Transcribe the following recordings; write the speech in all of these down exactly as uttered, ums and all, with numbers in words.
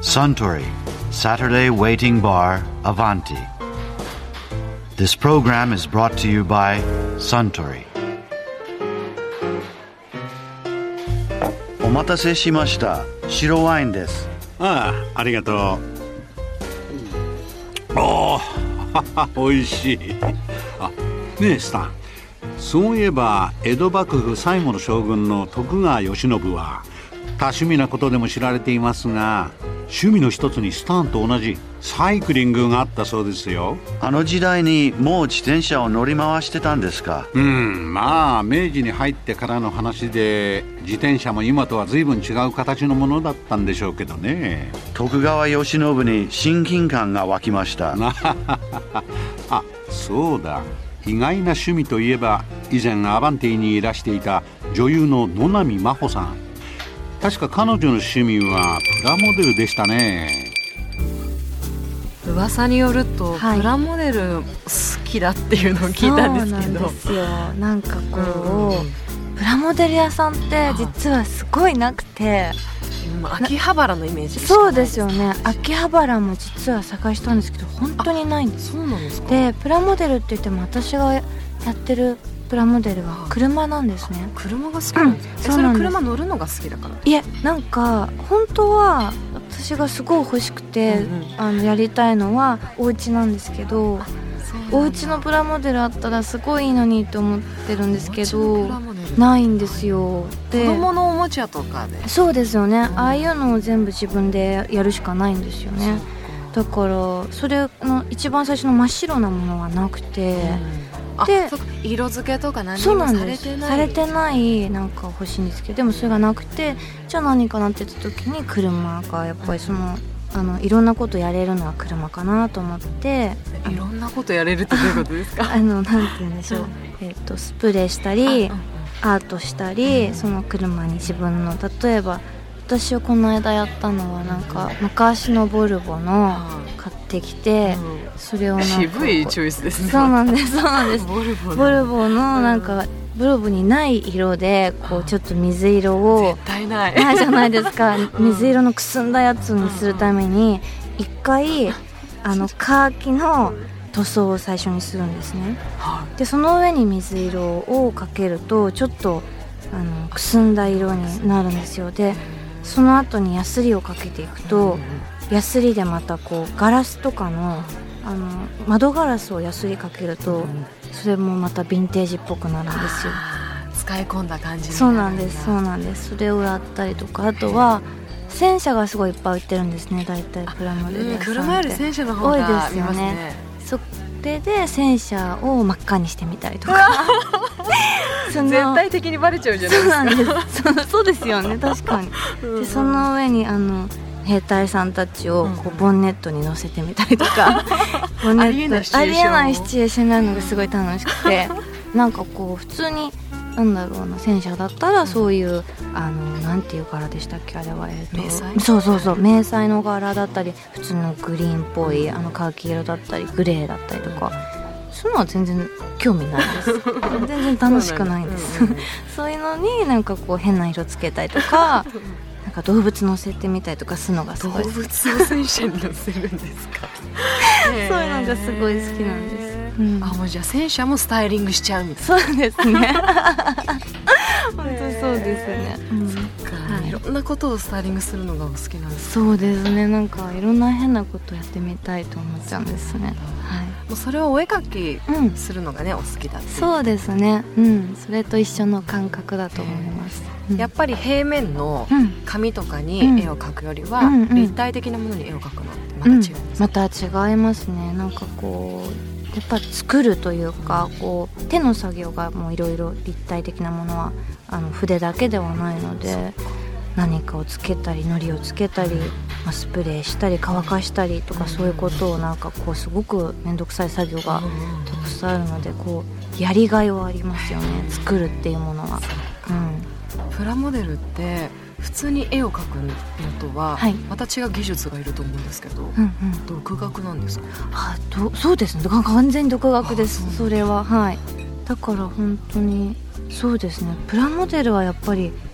Suntory Saturday Waiting Bar Avanti. This program is brought to you by Suntory. お待たせしました。白ワインです。 ああ、ありがとう。おお、美味しい。あ、ねえスタン、そういえば江戸幕府最後の将軍の徳川慶喜は多趣味なことでも知られていますが、趣味の一つにスタンと同じサイクリングがあったそうですよ。 あの時代にもう自転車を乗り回してたんですか？ うん、まあ明治に入ってからの話で、自転車も今とは随分違う形のものだったんでしょうけどね。 徳川慶喜に親近感が湧きました。 あ、そうだ、意外な趣味といえば、以前アバンティにいらしていた女優の野波真帆さん。確か彼女の趣味はプラモデルでしたね。 噂によると、はい、プラモデル好きだっていうのを聞いたんですけど。 そうなんですよ。なんかこう、うん、プラモデル屋さんって実はすごいなくて、 秋葉原のイメージですかね。そうですよね。秋葉原も実は探したんですけど本当にないんです。 そうなんですか。 でプラモデルって言っても私がやってるプラモデルは車なんですね。 車が好きなんですか？うん、それは車乗るのが好きだから？ いえ、なんか本当は私がすごい欲しくて、うんうん、あのやりたいのはお家なんですけど、お家のプラモデルあったらすごいいいのにと思ってるんですけど、ないんですよ。 で、子供のおもちゃとかで。 そうですよね、うん、ああいうのを全部自分でやるしかないんですよね。だからそれの一番最初の真っ白なものはなくて、うん、で色付けとか何もされてない、 されてないなんか欲しいんですけど、でもそれがなくて、じゃあ何かなって言った時に車がやっぱりその、あのいろんなことやれるのは車かなと思って。 いろんなことやれるってどういうことですか？ あのなんて言うんでしょう、えーと、スプレーしたりアートしたり、その車に自分の、例えば私はこの間やったのはなんか昔のボルボの買ってきて、それをなんか渋いチョイスですね。 そうなんです、そうなんです。ボルボの、ボルボのなんかボルボにない色でこうちょっと水色を、 絶対ないないじゃないですか。水色のくすんだやつにするために一回あのカーキの塗装を最初にするんですね。でその上に水色をかけるとちょっとあのくすんだ色になるんですよ。でその後にヤスリをかけていくと、ヤスリでまたこうガラスとかの、あの窓ガラスをヤスリかけると、それもまたヴィンテージっぽくなるんですよ。 使い込んだ感じになるんだ。 そうなんです、そうなんです。それをやったりとか、あとは戦車がすごいいっぱい売ってるんですね。だいたいプラモデル屋さんって車より戦車の方が多いですよね。それで戦車を真っ赤にしてみたりとかその絶対的にバレちゃうじゃないですか。 そうなんです。そ, そうですよね、確かに。でその上にあの兵隊さんたちをこうボンネットに乗せてみたりとか、ボンネットありえないシチュエーション、ありえないシチュエーションになるのがすごい楽しくてなんかこう普通になんだろうな、戦車だったらそういう、うん、あのなんていう柄でしたっけ、あれは、えーと、 迷彩、 そうそうそう、迷彩の柄だったり、普通のグリーンっぽいあのカーキ色だったりグレーだったりとか、そういうのは全然興味ないです全然楽しくないんですそう、うんうん、そういうのになんかこう変な色つけたりとかなんか動物乗せてみたりとかするのがすごい。 動物を戦車に乗せるんですかそういうのがすごい好きなんです、うん、 あ、もうじゃあ戦車もスタイリングしちゃうみたいな。 そうですね本当そうですね、うん、 そっか、はい、いろんなことをスタイリングするのがお好きなんですか？ そうですね、なんかいろんな変なことやってみたいと思っちゃうんですね。はい、 もうそれをお絵描きするのがね、うん、お好きだって。 そうですね、うん、それと一緒の感覚だと思います、うん、 やっぱり平面の紙とかに絵を描くよりは、うん、立体的なものに絵を描くのってまた違います、うん、 また違いますね。なんかこうやっぱ作るというか、こう手の作業がもういろいろ立体的なものはあの筆だけではないので、何かをつけたり糊をつけたり、まあ、スプレーしたり乾かしたりとか、そういうことをなんかこうすごく面倒くさい作業がたくさんあるので、こうやりがいはありますよね、作るっていうものは、うん、 プラモデルって普通に絵を描くのとはまた違う技術がいると思うんですけど、うんうん、独学なんですか？ あ、どそうですね、完全に独学です。それは、はい、だから本当にそうですね、プラモデルはやっぱり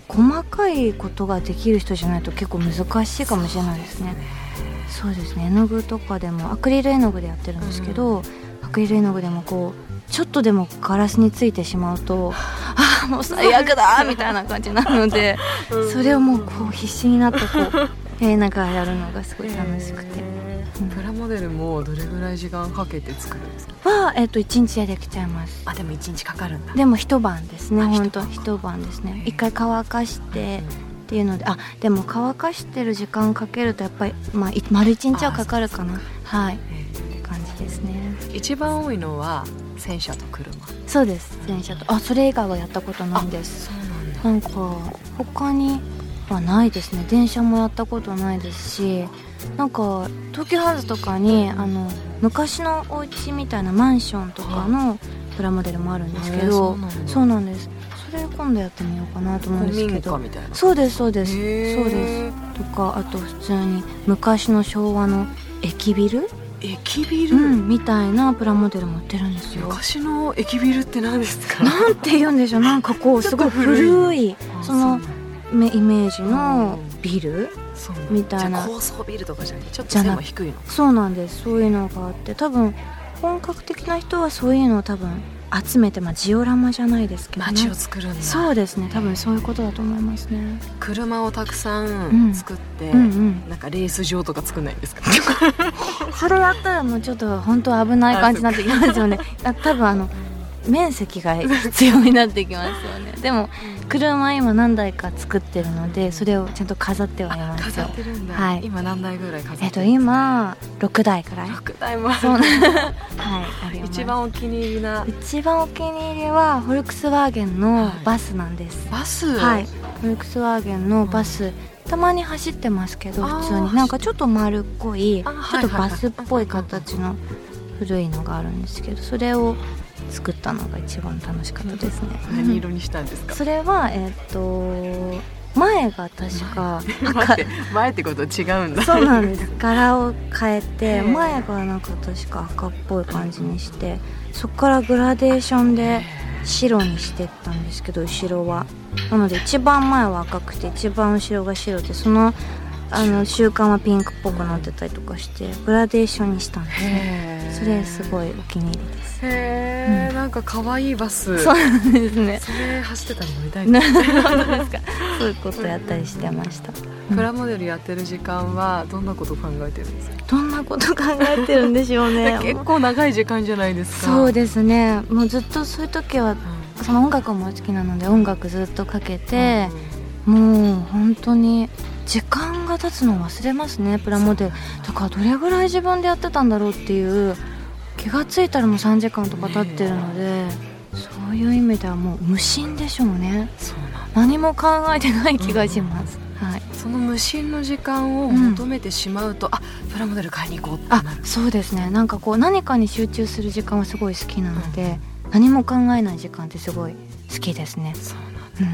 細かいことができる人じゃないと結構難しいかもしれないですね。そうですね、絵の具とかでもアクリル絵の具でやってるんですけど、うん、アクリル絵の具でもこうちょっとでもガラスについてしまうとああもう最悪だみたいな感じなのでそれをもうこう必死になってこうえー、なんかやるのがすごい楽しくて、 うん、プラモデルもどれぐらい時間かけて作るんですか？ は、えー、といちにちでできちゃいます。 あ、でもいちにちかかるんだ。 でも一晩ですね、本当一晩ですね。一回乾かしてっていうので、あ、でも乾かしてる時間かけるとやっぱり、まあ、丸一日はかかるかな。はいって感じですね。 一番多いのは戦車と車。 そうです、戦車と、あ、それ以外はやったことないんです。そうなんだ。なんか他にはないですね。電車もやったことないですし、なんか東急ハンズとかにあの昔のお家みたいなマンションとかのプラモデルもあるんですけど、そうなんです。それ今度やってみようかなと思うんですけど、そうですそうですそうですとか、あと普通に昔の昭和の駅ビル駅ビル、 うん、みたいなプラモデルも売ってるんですよ。 昔の駅ビルって何ですか？ なんて言うんでしょう、なんかこうすごい古いそのイメージのビルみたいな、 高層ビルとかじゃなくてちょっと背も低いの。 そうなんです、そういうのがあって、多分本格的な人はそういうのを多分集めて、まあ、ジオラマじゃないですけどね、 街を作るんだ。 そうですね、多分そういうことだと思いますね。 車をたくさん作って、うんうんうん、なんかレース場とか作んないんですか？ それやったらもうちょっと本当危ない感じになってきますよね。あ、多分あの面積が必要になってきますよね。でも車今何台か作ってるので、それをちゃんと飾ってはいますよ。 飾ってるんだ、 はい、 今何台ぐらい飾ってる？ えっと今ろくだいくらい。 ろくだいもある。 そうなんはい、あります。 一番お気に入りな一番お気に入りはフォルクスワーゲンのバスなんです、 はい、バス、 はい、フォルクスワーゲンのバス、うん、たまに走ってますけど、普通になんかちょっと丸っこい、ちょっとバスっぽい形の古いのがあるんですけど、それを作ったのが一番楽しかったですね。 何色にしたんですか？ それはえっと前が確か赤前, 前ってこと違うんだ。 そうなんです、柄を変えて前がなんか確か赤っぽい感じにして、そこからグラデーションで白にしてったんですけど、後ろはなので一番前は赤くて一番後ろが白で、そのあの習慣はピンクっぽくなってたりとかしてグラデーションにしたんですね。それすごいお気に入りです。 へー、うん、なんか可愛いバス。 そうなんですね。 それ走ってたの見たいです。 そういうことやったりしてました。 プラモデルやってる時間はどんなこと考えてるんですか？ どんなこと考えてるんでしょうね。 結構長い時間じゃないですか。 そうですね、もうずっとそういう時は、うん、その音楽も好きなので音楽ずっとかけて、うん、もう本当に時間が経つのを忘れますね、プラモデル。だからどれぐらい自分でやってたんだろうっていう、気がついたらもうさんじかんとか経ってるので、そういう意味ではもう無心でしょうね。 そうなんだ。 何も考えてない気がします、うん、はい。 その無心の時間を求めてしまうと、うん、あ、プラモデル買いに行こうってなる。 あ、そうですね、なんかこう何かに集中する時間はすごい好きなので、うん、何も考えない時間ってすごい好きですね。 そうなんだ、 うんうん。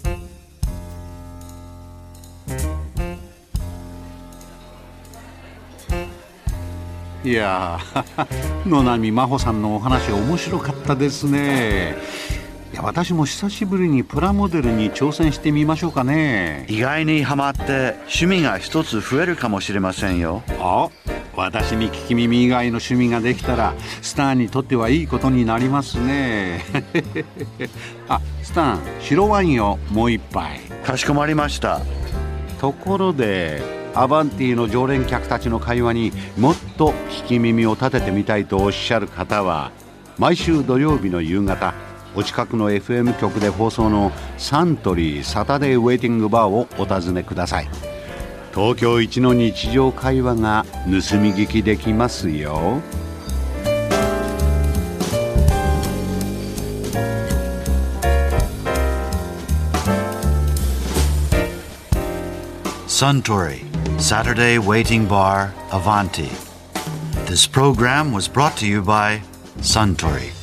いやー野波真帆さんのお話面白かったですね。いや、私も久しぶりにプラモデルに挑戦してみましょうかね。 意外にハマって趣味が一つ増えるかもしれませんよ。 あ、私に聞き耳以外の趣味ができたらスターにとってはいいことになりますね。あ、スタン、白ワインをもう一杯。 かしこまりました。 ところでアバンティの常連客たちの会話にもっと聞き耳を立ててみたいとおっしゃる方は、毎週土曜日の夕方、お近くの エフエム 局で放送のサントリーサタデーウェイティングバーをお尋ねください。東京一の日常会話が盗み聞きできますよ。 Suntory Saturday Waiting Bar Avanti. This program was brought to you by Suntory.